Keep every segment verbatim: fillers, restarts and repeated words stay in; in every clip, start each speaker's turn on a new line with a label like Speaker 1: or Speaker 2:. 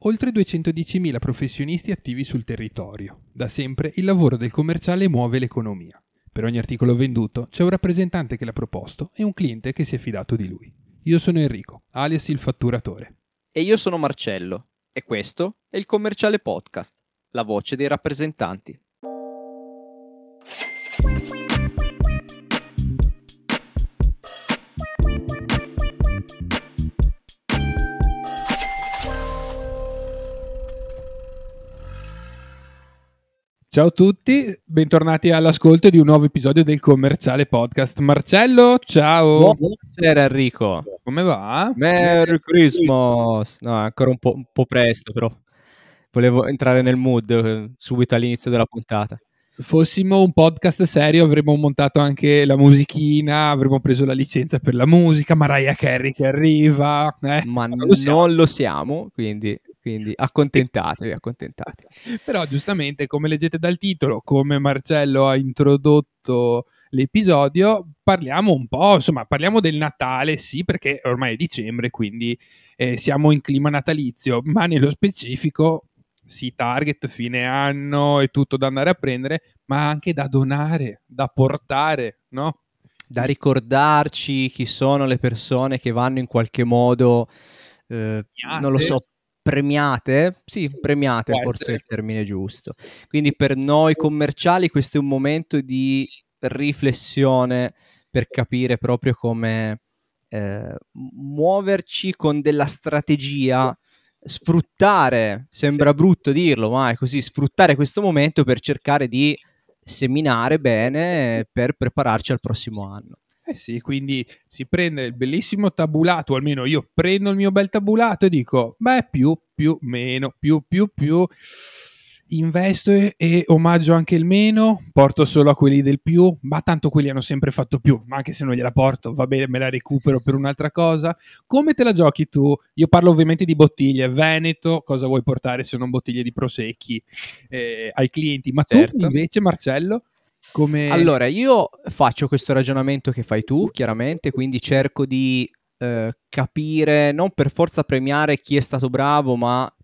Speaker 1: oltre duecentodiecimila professionisti attivi sul territorio. Da sempre il lavoro del commerciale muove l'economia. Per ogni articolo venduto c'è un rappresentante che l'ha proposto e un cliente che si è fidato di lui. Io sono Enrico, alias il fatturatore.
Speaker 2: E io sono Marcello, e questo è il Commerciale Podcast, la voce dei rappresentanti.
Speaker 1: Ciao a tutti, bentornati all'ascolto di un nuovo episodio del Commerciale Podcast. Marcello, ciao!
Speaker 2: Buonasera Enrico!
Speaker 1: Come va?
Speaker 2: Merry Christmas! No, è ancora un po', un po' presto, però volevo entrare nel mood eh, subito all'inizio della puntata.
Speaker 1: Fossimo un podcast serio avremmo montato anche la musichina, avremmo preso la licenza per la musica, Mariah Carey che arriva, eh?
Speaker 2: Ma
Speaker 1: non lo siamo,
Speaker 2: non lo siamo, quindi, quindi accontentatevi, accontentatevi.
Speaker 1: Però giustamente, come leggete dal titolo, come Marcello ha introdotto l'episodio, parliamo un po', insomma, parliamo del Natale, sì, perché ormai è dicembre, quindi eh, siamo in clima natalizio, ma nello specifico sì, target, fine anno e tutto da andare a prendere, ma anche da donare, da portare, no?
Speaker 2: Da ricordarci chi sono le persone che vanno in qualche modo, eh, non lo so, premiate? Sì, premiate forse è il termine giusto. Quindi per noi commerciali questo è un momento di riflessione per capire proprio come eh, muoverci con della strategia, sfruttare, sembra brutto dirlo, ma è così, sfruttare questo momento per cercare di seminare bene per prepararci al prossimo anno.
Speaker 1: Eh sì, quindi si prende il bellissimo tabulato, almeno io prendo il mio bel tabulato e dico, beh, più, più, meno, più, più, più, investo e, e omaggio anche il meno, porto solo a quelli del più, ma tanto quelli hanno sempre fatto più, ma anche se non gliela porto, va bene, me la recupero per un'altra cosa. Come te la giochi tu? Io parlo ovviamente di bottiglie, Veneto, cosa vuoi portare se non bottiglie di prosecchi eh, ai clienti? Ma
Speaker 2: certo.
Speaker 1: tu invece, Marcello? Come...
Speaker 2: Allora, io faccio questo ragionamento che fai tu, chiaramente, quindi cerco di eh, capire, non per forza premiare chi è stato bravo, ma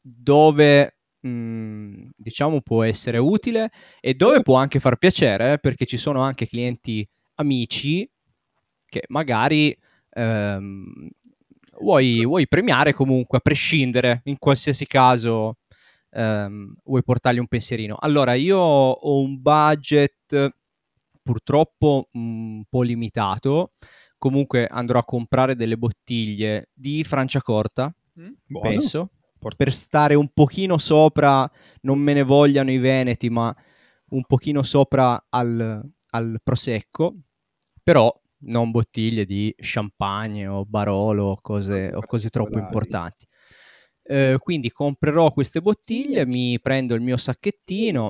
Speaker 2: dove, mh, diciamo, può essere utile e dove può anche far piacere, eh, perché ci sono anche clienti amici che magari ehm, vuoi, vuoi premiare comunque, a prescindere, in qualsiasi caso ehm, vuoi portargli un pensierino. Allora, io ho un budget purtroppo un po' limitato, comunque andrò a comprare delle bottiglie di Franciacorta,
Speaker 1: Mm, buono.
Speaker 2: penso, per stare un pochino sopra, non me ne vogliano i veneti, ma un pochino sopra al, al prosecco, però non bottiglie di champagne o Barolo o cose, o cose troppo importanti. Eh, quindi comprerò queste bottiglie, mi prendo il mio sacchettino.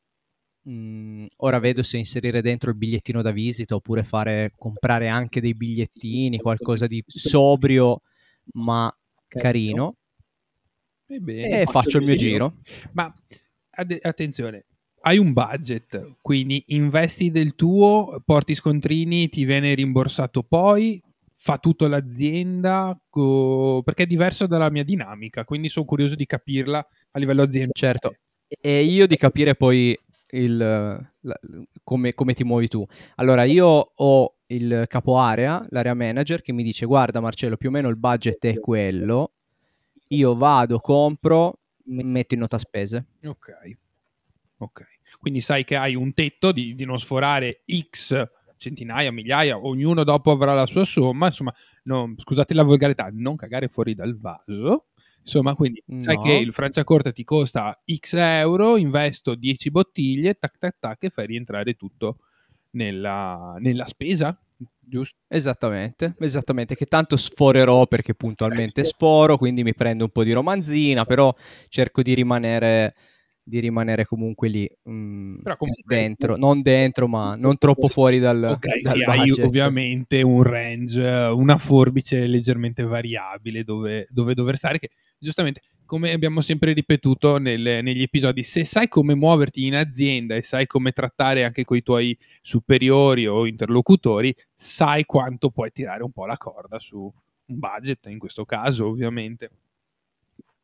Speaker 2: Mm, ora vedo se inserire dentro il bigliettino da visita oppure fare, comprare anche dei bigliettini, qualcosa di sobrio ma carino.
Speaker 1: Bene,
Speaker 2: E faccio il mio giro.
Speaker 1: Ma ad- attenzione, hai un budget, quindi investi del tuo, porti scontrini, ti viene rimborsato poi, fa tutto l'azienda, co- perché è diverso dalla mia dinamica, quindi sono curioso di capirla a livello aziendale.
Speaker 2: Certo, e io di capire poi il, la, come, come ti muovi tu. Allora, io ho il capo area, l'area manager, che mi dice: guarda Marcello, più o meno il budget è quello, io vado, compro, metto in nota spese.
Speaker 1: Ok, ok. Quindi sai che hai un tetto di, di non sforare X centinaia, migliaia, ognuno dopo avrà la sua somma, insomma, no, scusate la volgarità, non cagare fuori dal vaso. Insomma, quindi no. Sai che il Franciacorta ti costa X euro, investo dieci bottiglie, tac tac tac, e fai rientrare tutto nella, nella spesa, giusto?
Speaker 2: Esattamente, esattamente, che tanto sforerò perché puntualmente sforo, quindi mi prendo un po' di romanzina, però cerco di rimanere, di rimanere comunque lì, mh,
Speaker 1: Però comunque,
Speaker 2: dentro, non dentro, ma non troppo fuori dal,
Speaker 1: ok,
Speaker 2: dal
Speaker 1: sì,
Speaker 2: budget.
Speaker 1: hai ovviamente un range, una forbice leggermente variabile dove, dove dover stare, che giustamente, come abbiamo sempre ripetuto nelle, negli episodi, se sai come muoverti in azienda e sai come trattare anche con i tuoi superiori o interlocutori, sai quanto puoi tirare un po' la corda su un budget, in questo caso ovviamente.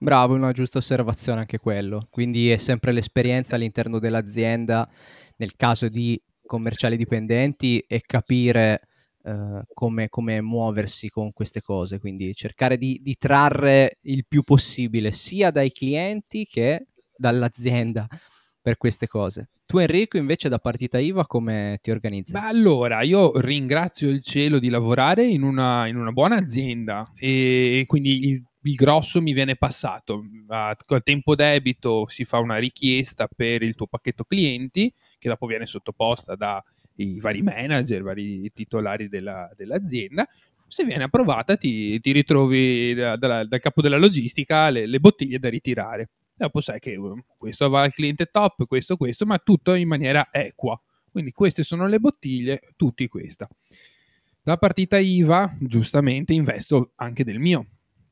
Speaker 2: Bravo, una giusta osservazione anche quello. Quindi è sempre l'esperienza all'interno dell'azienda, nel caso di commerciali dipendenti, e capire eh, come, come muoversi con queste cose. Quindi cercare di, di trarre il più possibile sia dai clienti che dall'azienda per queste cose. Tu Enrico invece da partita I V A come ti organizzi?
Speaker 1: Ma allora, io ringrazio il cielo di lavorare in una, in una buona azienda e quindi il, il grosso mi viene passato. A, col tempo debito si fa una richiesta per il tuo pacchetto clienti che dopo viene sottoposta dai vari manager, vari titolari della, dell'azienda. Se viene approvata ti, ti ritrovi da, da, dal capo della logistica le, le bottiglie da ritirare. Dopo sai che uh, questo va al cliente top, questo, questo, ma tutto in maniera equa. Quindi queste sono le bottiglie, tutti questa. La partita I V A, giustamente, investo anche del mio.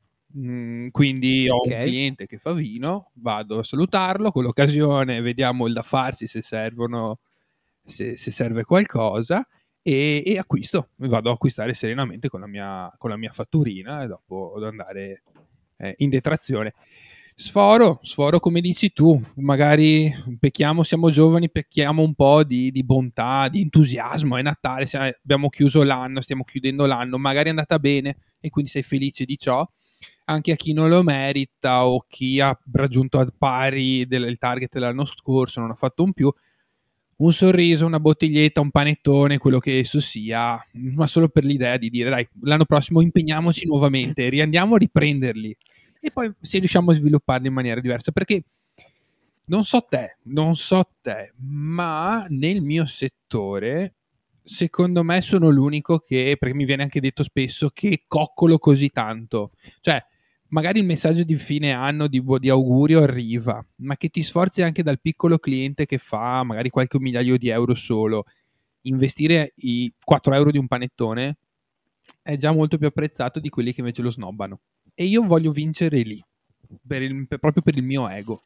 Speaker 1: Mm, quindi ho un
Speaker 2: Ok.
Speaker 1: cliente che fa vino, vado a salutarlo, con l'occasione vediamo il da farsi se servono, se, se serve qualcosa e, e acquisto, vado a acquistare serenamente con la mia, con la mia fatturina e dopo ad andare eh, in detrazione. Sforo, sforo come dici tu, magari pecchiamo, siamo giovani, pecchiamo un po' di, di bontà, di entusiasmo, è Natale, siamo, abbiamo chiuso l'anno, stiamo chiudendo l'anno, magari è andata bene e quindi sei felice di ciò, anche a chi non lo merita o chi ha raggiunto al pari del target dell'anno scorso, non ha fatto un più, un sorriso, una bottiglietta, un panettone, quello che esso sia, ma solo per l'idea di dire dai, l'anno prossimo impegniamoci nuovamente, riandiamo a riprenderli e poi se riusciamo a svilupparli in maniera diversa, perché non so te, non so te, ma nel mio settore secondo me sono l'unico che, perché mi viene anche detto spesso, che coccolo così tanto. Cioè, magari il messaggio di fine anno di, di augurio arriva, ma che ti sforzi anche dal piccolo cliente che fa magari qualche migliaio di euro solo, investire i quattro euro di un panettone è già molto più apprezzato di quelli che invece lo snobbano. E io voglio vincere lì, per il, per, proprio per il mio ego.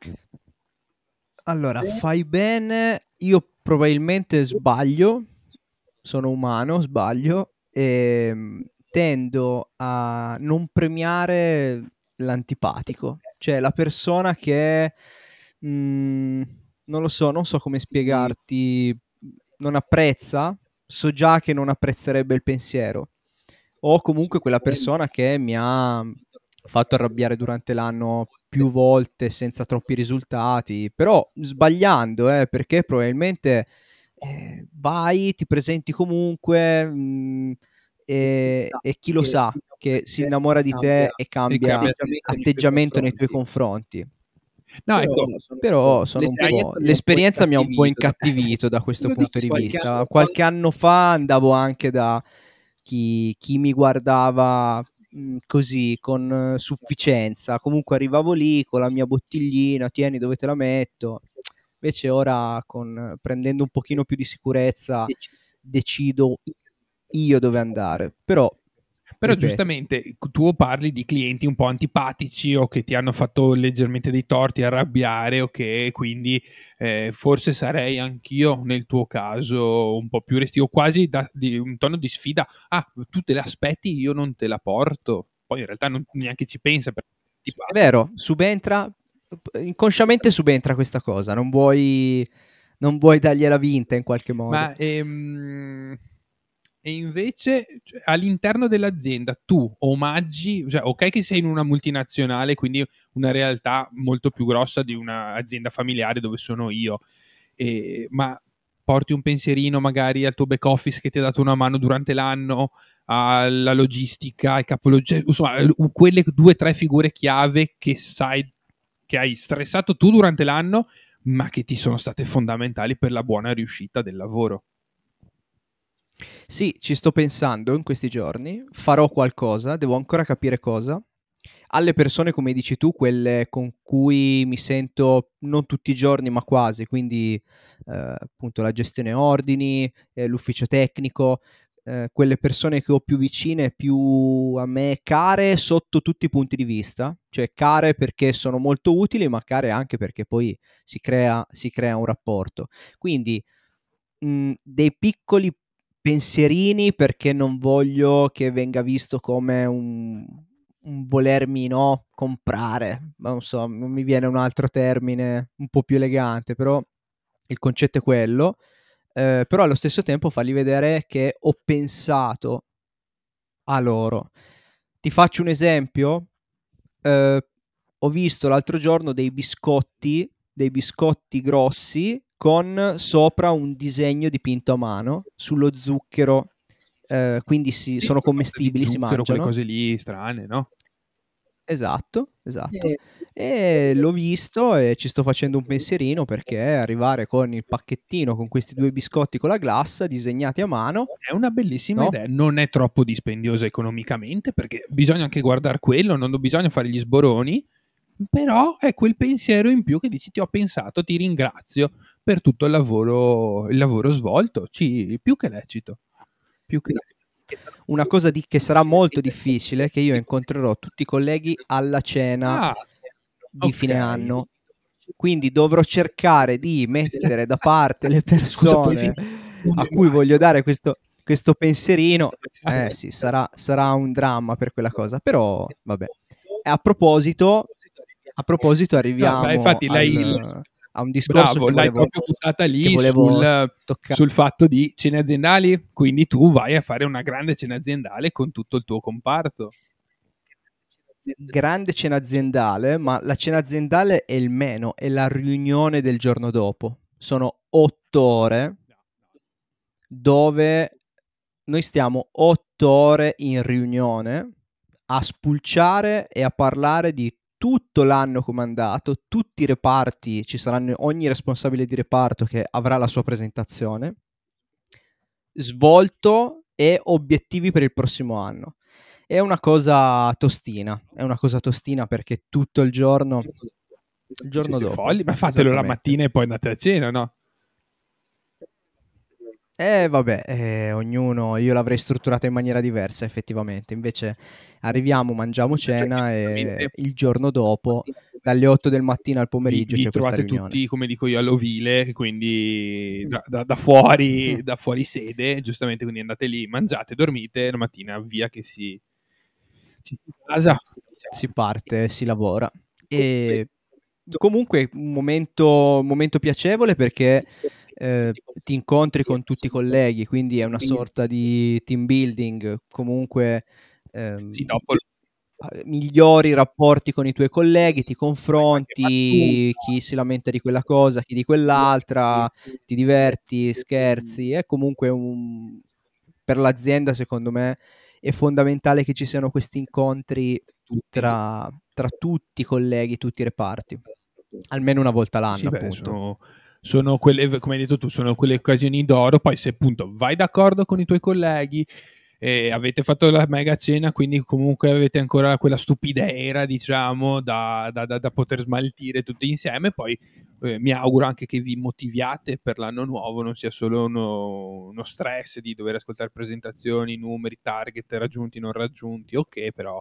Speaker 2: Allora, fai bene, io probabilmente sbaglio, sono umano, sbaglio, e mm, tendo a non premiare l'antipatico, cioè la persona che, mm, non lo so, non so come spiegarti, non apprezza, so già che non apprezzerebbe il pensiero, o comunque quella persona che mi ha fatto arrabbiare durante l'anno più volte senza troppi risultati, però sbagliando, eh, perché probabilmente eh, vai, ti presenti comunque mh, e, e chi lo sa che si innamora di te e
Speaker 1: E
Speaker 2: cambia
Speaker 1: cambia
Speaker 2: atteggiamento nei tuoi confronti.
Speaker 1: No, ecco,
Speaker 2: Però sono un po'... l'esperienza mi ha un po' incattivito da questo
Speaker 1: lo
Speaker 2: punto di
Speaker 1: dici.
Speaker 2: vista. Qualche anno fa andavo anche da chi, chi mi guardava mh, così, con eh, sufficienza. Comunque arrivavo lì con la mia bottiglina, tieni dove te la metto. Invece ora, con, prendendo un pochino più di sicurezza, decido io dove andare. Però,
Speaker 1: Però
Speaker 2: ripeto,
Speaker 1: giustamente tu parli di clienti un po' antipatici o che ti hanno fatto leggermente dei torti, arrabbiare o che quindi eh, forse sarei anch'io nel tuo caso un po' più restio, quasi da, di un tono di sfida. Ah, tu te l'aspetti, io non te la porto. Poi in realtà non, neanche ci pensa perché ti
Speaker 2: è
Speaker 1: passa.
Speaker 2: vero, subentra, inconsciamente subentra questa cosa, non vuoi, non vuoi dargliela vinta in qualche modo.
Speaker 1: Ma ehm, e invece cioè, all'interno dell'azienda tu omaggi, cioè, ok che sei in una multinazionale, quindi una realtà molto più grossa di un'azienda familiare dove sono io, eh, ma porti un pensierino magari al tuo back office che ti ha dato una mano durante l'anno, alla logistica, al capologistica, insomma, quelle due o tre figure chiave che sai che hai stressato tu durante l'anno, ma che ti sono state fondamentali per la buona riuscita del lavoro.
Speaker 2: Sì, ci sto pensando in questi giorni, farò qualcosa, devo ancora capire cosa. Alle persone, come dici tu, quelle con cui mi sento non tutti i giorni, ma quasi, quindi eh, appunto la gestione ordini, eh, l'ufficio tecnico, eh, quelle persone che ho più vicine, più a me care sotto tutti i punti di vista, cioè care perché sono molto utili, ma care anche perché poi si crea, si crea un rapporto. Quindi mh, dei piccoli pensierini perché non voglio che venga visto come un, un volermi, no, comprare, non so, non mi viene un altro termine un po' più elegante, però il concetto è quello, eh, però allo stesso tempo fargli vedere che ho pensato a loro. Ti faccio un esempio, eh, ho visto l'altro giorno dei biscotti, dei biscotti grossi con sopra un disegno dipinto a mano sullo zucchero, eh, quindi si,
Speaker 1: Sì,
Speaker 2: sono
Speaker 1: qualcosa di
Speaker 2: commestibili, si
Speaker 1: zucchero, quelle
Speaker 2: mangiano.
Speaker 1: cose lì strane, no?
Speaker 2: Esatto, esatto. E l'ho visto e ci sto facendo un pensierino, perché arrivare con il pacchettino con questi due biscotti con la glassa disegnati a mano,
Speaker 1: È una bellissima
Speaker 2: no?
Speaker 1: idea, non è troppo dispendiosa economicamente, perché bisogna anche guardare quello, non bisogna fare gli sboroni, però è quel pensiero in più che dici: ti ho pensato, ti ringrazio per tutto il lavoro, il lavoro svolto. Ci, più che lecito, più che lecito.
Speaker 2: Una cosa di, che sarà molto difficile, che io incontrerò tutti i colleghi alla cena
Speaker 1: Ah,
Speaker 2: di
Speaker 1: ok.
Speaker 2: fine anno, quindi dovrò cercare di mettere da parte le
Speaker 1: Scusa, puoi
Speaker 2: persone
Speaker 1: finire?
Speaker 2: a cui voglio dare questo, questo pensierino. Eh sì, sarà, sarà un dramma per quella cosa, però vabbè. E a proposito, a proposito
Speaker 1: No, ma
Speaker 2: arriviamo
Speaker 1: infatti lei,
Speaker 2: al, a un discorso
Speaker 1: bravo,
Speaker 2: che
Speaker 1: l'hai
Speaker 2: volevo,
Speaker 1: proprio buttata
Speaker 2: che
Speaker 1: lì
Speaker 2: volevo
Speaker 1: sul,
Speaker 2: toccare.
Speaker 1: sul fatto di cene aziendali, quindi tu vai a fare una grande cena aziendale con tutto il tuo comparto.
Speaker 2: Grande cena aziendale, ma la cena aziendale è il meno, è la riunione del giorno dopo. Sono otto ore dove noi stiamo otto ore in riunione a spulciare e a parlare di tutto l'anno comandato, tutti i reparti, ci saranno ogni responsabile di reparto che avrà la sua presentazione, svolto e obiettivi per il prossimo anno. È una cosa tostina, è una cosa tostina perché tutto il giorno, il giorno
Speaker 1: Siete
Speaker 2: dopo,
Speaker 1: folli? Ma fatelo la
Speaker 2: esattamente.
Speaker 1: mattina e poi andate a cena, no?
Speaker 2: Eh vabbè, eh, ognuno, io l'avrei strutturata in maniera diversa effettivamente, invece arriviamo, mangiamo
Speaker 1: Cioè,
Speaker 2: cena e
Speaker 1: giustamente
Speaker 2: il giorno dopo, dalle otto del mattino al
Speaker 1: vi,
Speaker 2: pomeriggio
Speaker 1: vi
Speaker 2: c'è questa
Speaker 1: trovate
Speaker 2: riunione.
Speaker 1: tutti, come dico io, all'ovile, quindi da, da- da fuori, da fuori sede, giustamente, quindi andate lì, mangiate, dormite, la mattina via che si, si casa.
Speaker 2: Si parte, si lavora. E comunque un momento, un momento piacevole perché eh, ti incontri con tutti i colleghi, quindi è una sorta di team building, comunque
Speaker 1: Sì,
Speaker 2: ehm,
Speaker 1: dopo
Speaker 2: eh, migliori i rapporti con i tuoi colleghi, ti
Speaker 1: fai qualche
Speaker 2: confronti,
Speaker 1: battuta.
Speaker 2: chi si lamenta di quella cosa, chi di quell'altra, ti diverti, scherzi, è comunque un... per l'azienda secondo me è fondamentale che ci siano questi incontri
Speaker 1: Tutti.
Speaker 2: tra, tra tutti i colleghi, tutti i reparti, almeno una volta l'anno
Speaker 1: Sì, beh,
Speaker 2: appunto.
Speaker 1: sono, sono quelle, come hai detto tu, sono quelle occasioni d'oro. Poi, se appunto vai d'accordo con i tuoi colleghi e avete fatto la mega cena, quindi comunque avete ancora quella stupidera, diciamo, da, da, da, da poter smaltire tutti insieme. Poi eh, mi auguro anche che vi motiviate per l'anno nuovo, non sia solo uno, uno stress di dover ascoltare presentazioni, numeri, target raggiunti, non raggiunti. Ok, però.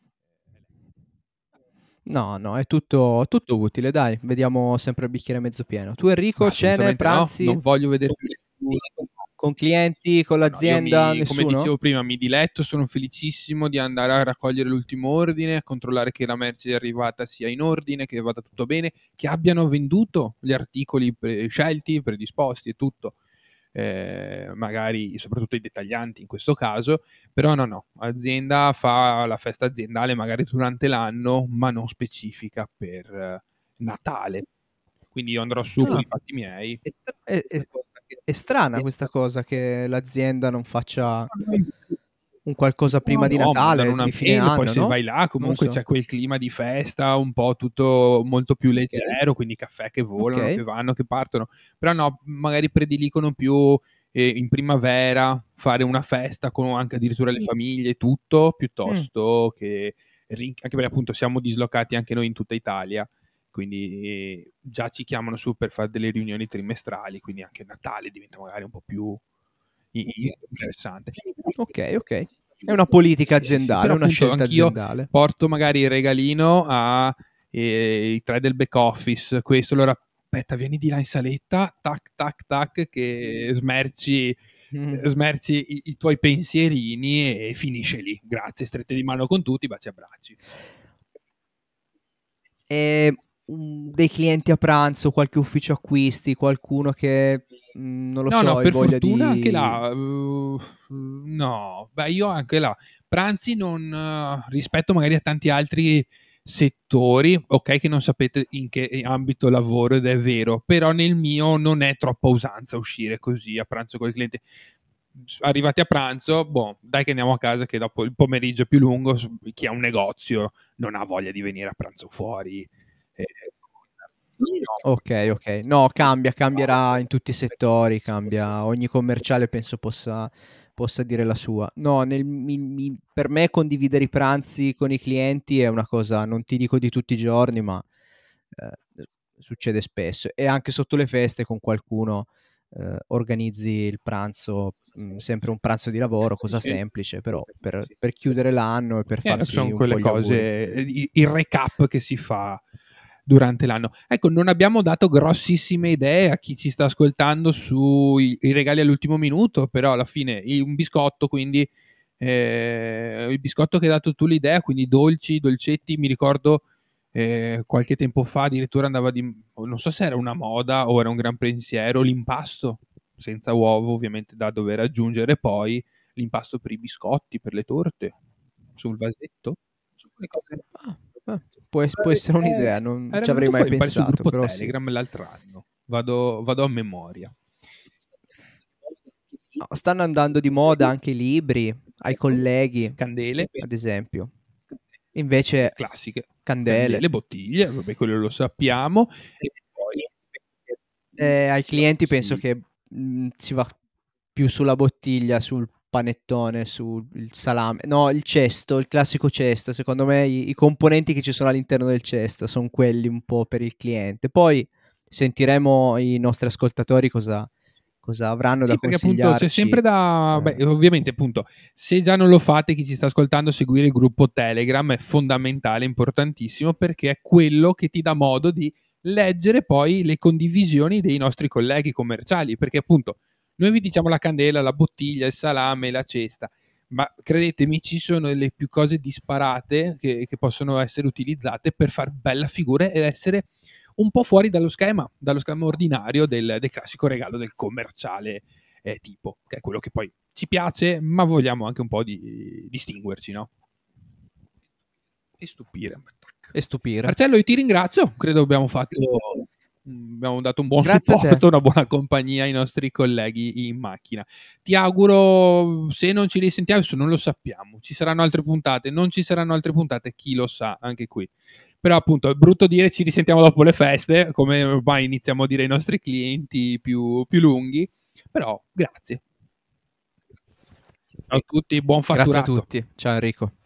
Speaker 2: No, no, è tutto, tutto utile, dai, vediamo sempre il bicchiere mezzo pieno. Tu
Speaker 1: Ma
Speaker 2: Enrico, cene,
Speaker 1: assolutamente no,
Speaker 2: pranzi
Speaker 1: non voglio vedere più nessuno.
Speaker 2: con clienti, con
Speaker 1: No, no, io
Speaker 2: l'azienda,
Speaker 1: mi, come
Speaker 2: nessuno?
Speaker 1: dicevo prima, mi diletto, sono felicissimo di andare a raccogliere l'ultimo ordine, a controllare che la merce arrivata sia in ordine, che vada tutto bene, che abbiano venduto gli articoli pre- scelti, predisposti e tutto. Eh, magari soprattutto i dettaglianti in questo caso, però no, no, azienda fa la festa aziendale magari durante l'anno, ma non specifica per eh, Natale. Quindi io andrò su con
Speaker 2: Ah,
Speaker 1: i fatti miei.
Speaker 2: è, è- è strana questa cosa che l'azienda non faccia un qualcosa
Speaker 1: No,
Speaker 2: prima di
Speaker 1: no, mandano
Speaker 2: Natale,
Speaker 1: una
Speaker 2: di fine
Speaker 1: mail, poi
Speaker 2: anno,
Speaker 1: se
Speaker 2: no?
Speaker 1: vai là
Speaker 2: Non lo
Speaker 1: comunque
Speaker 2: so.
Speaker 1: c'è quel clima di festa, un po' tutto molto più
Speaker 2: Ok,
Speaker 1: leggero, quindi caffè che volano,
Speaker 2: ok.
Speaker 1: che vanno, che partono. Però no, magari prediligono più eh, in primavera fare una festa con anche addirittura le famiglie e tutto,
Speaker 2: Mm.
Speaker 1: piuttosto che rin- anche perché appunto siamo dislocati anche noi in tutta Italia, quindi eh, già ci chiamano su per fare delle riunioni trimestrali, quindi anche Natale diventa magari un po' più i- i- interessante.
Speaker 2: Ok, ok. È una politica
Speaker 1: Sì, sì, sì,
Speaker 2: aziendale,
Speaker 1: però
Speaker 2: una
Speaker 1: appunto
Speaker 2: scelta
Speaker 1: anch'io
Speaker 2: aziendale.
Speaker 1: porto magari il regalino a eh, i tre del back office, questo allora aspetta, vieni di là in saletta, tac tac tac, che smerci
Speaker 2: Mm.
Speaker 1: smerci i, i tuoi pensierini e finisce lì. Grazie, strette di mano con tutti, baci e abbracci.
Speaker 2: E um, dei clienti a pranzo, qualche ufficio acquisti, qualcuno che mh, non lo
Speaker 1: No,
Speaker 2: so,
Speaker 1: no,
Speaker 2: hai
Speaker 1: per
Speaker 2: voglia
Speaker 1: fortuna anche
Speaker 2: di...
Speaker 1: là, uh, no, beh, io anche là, pranzi non uh, rispetto magari a tanti altri settori, ok, che non sapete in che ambito lavoro ed è vero, però nel mio non è troppa usanza uscire così a pranzo con il cliente. Arrivati a pranzo, boh, dai che andiamo a casa che dopo il pomeriggio è più lungo, chi ha un negozio non ha voglia di venire a pranzo fuori. Eh,
Speaker 2: Ok, ok. No, cambia, cambierà in tutti i settori, cambia. Ogni commerciale penso possa, possa dire la sua. No, nel, mi- mi- per me condividere i pranzi con i clienti è una cosa, non ti dico di tutti i giorni, ma eh, succede spesso. E anche sotto le feste con qualcuno eh, organizzi il pranzo, mh, sempre un pranzo di lavoro, cosa semplice, però per, per chiudere l'anno e per
Speaker 1: Eh,
Speaker 2: farsi
Speaker 1: sono
Speaker 2: un po'
Speaker 1: quelle
Speaker 2: gli auguri.
Speaker 1: cose, il, il recap che si fa durante l'anno. Ecco, non abbiamo dato grossissime idee a chi ci sta ascoltando sui i regali all'ultimo minuto, però alla fine i- un biscotto, quindi eh, il biscotto che hai dato tu l'idea, quindi dolci, dolcetti, mi ricordo eh, qualche tempo fa addirittura andava di, non so se era una moda o era un gran pensiero, l'impasto senza uovo ovviamente da dover aggiungere poi l'impasto per i biscotti, per le torte, sul vasetto. Sono quelle cose.
Speaker 2: Ah, eh, può, es- può essere
Speaker 1: Eh,
Speaker 2: un'idea, non
Speaker 1: era
Speaker 2: ci avrei
Speaker 1: venuto
Speaker 2: mai
Speaker 1: fuori, mi pare, sul
Speaker 2: pensato,
Speaker 1: gruppo
Speaker 2: però sì.
Speaker 1: Telegram l'altro anno. Vado, vado a memoria.
Speaker 2: No, stanno andando di moda anche i libri ai colleghi,
Speaker 1: Candele,
Speaker 2: ad esempio. Invece,
Speaker 1: classiche.
Speaker 2: candele.
Speaker 1: Candele, bottiglie, vabbè, quello lo sappiamo. E poi,
Speaker 2: Eh, ai clienti penso
Speaker 1: sì,
Speaker 2: che mh, si va più sulla bottiglia, sul panettone, sul il salame. No, il cesto, il classico cesto. Secondo me i, i componenti che ci sono all'interno del cesto sono quelli un po' per il cliente. Poi sentiremo i nostri ascoltatori cosa, cosa avranno da
Speaker 1: sì, perché appunto c'è
Speaker 2: consigliarci.
Speaker 1: sempre da...
Speaker 2: Eh,
Speaker 1: Beh, ovviamente appunto, se già non lo fate, chi ci sta ascoltando, seguire il gruppo Telegram è fondamentale, importantissimo, perché è quello che ti dà modo di leggere poi le condivisioni dei nostri colleghi commerciali, perché appunto noi vi diciamo la candela, la bottiglia, il salame, la cesta, ma credetemi ci sono le più cose disparate che, che possono essere utilizzate per far bella figura ed essere un po' fuori dallo schema, dallo schema ordinario del, del classico regalo del commerciale eh, tipo, che è quello che poi ci piace, ma vogliamo anche un po' di distinguerci, no? E stupire.
Speaker 2: e stupire.
Speaker 1: Marcello, io ti ringrazio, credo abbiamo fatto, abbiamo dato un buon
Speaker 2: Grazie a te.
Speaker 1: supporto, una buona compagnia ai nostri colleghi in macchina. Ti auguro, se non ci risentiamo, adesso non lo sappiamo, ci saranno altre puntate, non ci saranno altre puntate, chi lo sa, anche qui. Però appunto è brutto dire ci risentiamo dopo le feste, come ormai iniziamo a dire ai nostri clienti più, più lunghi, però grazie. Ciao a tutti, buon
Speaker 2: Grazie a
Speaker 1: fatturato.
Speaker 2: tutti. Ciao Enrico.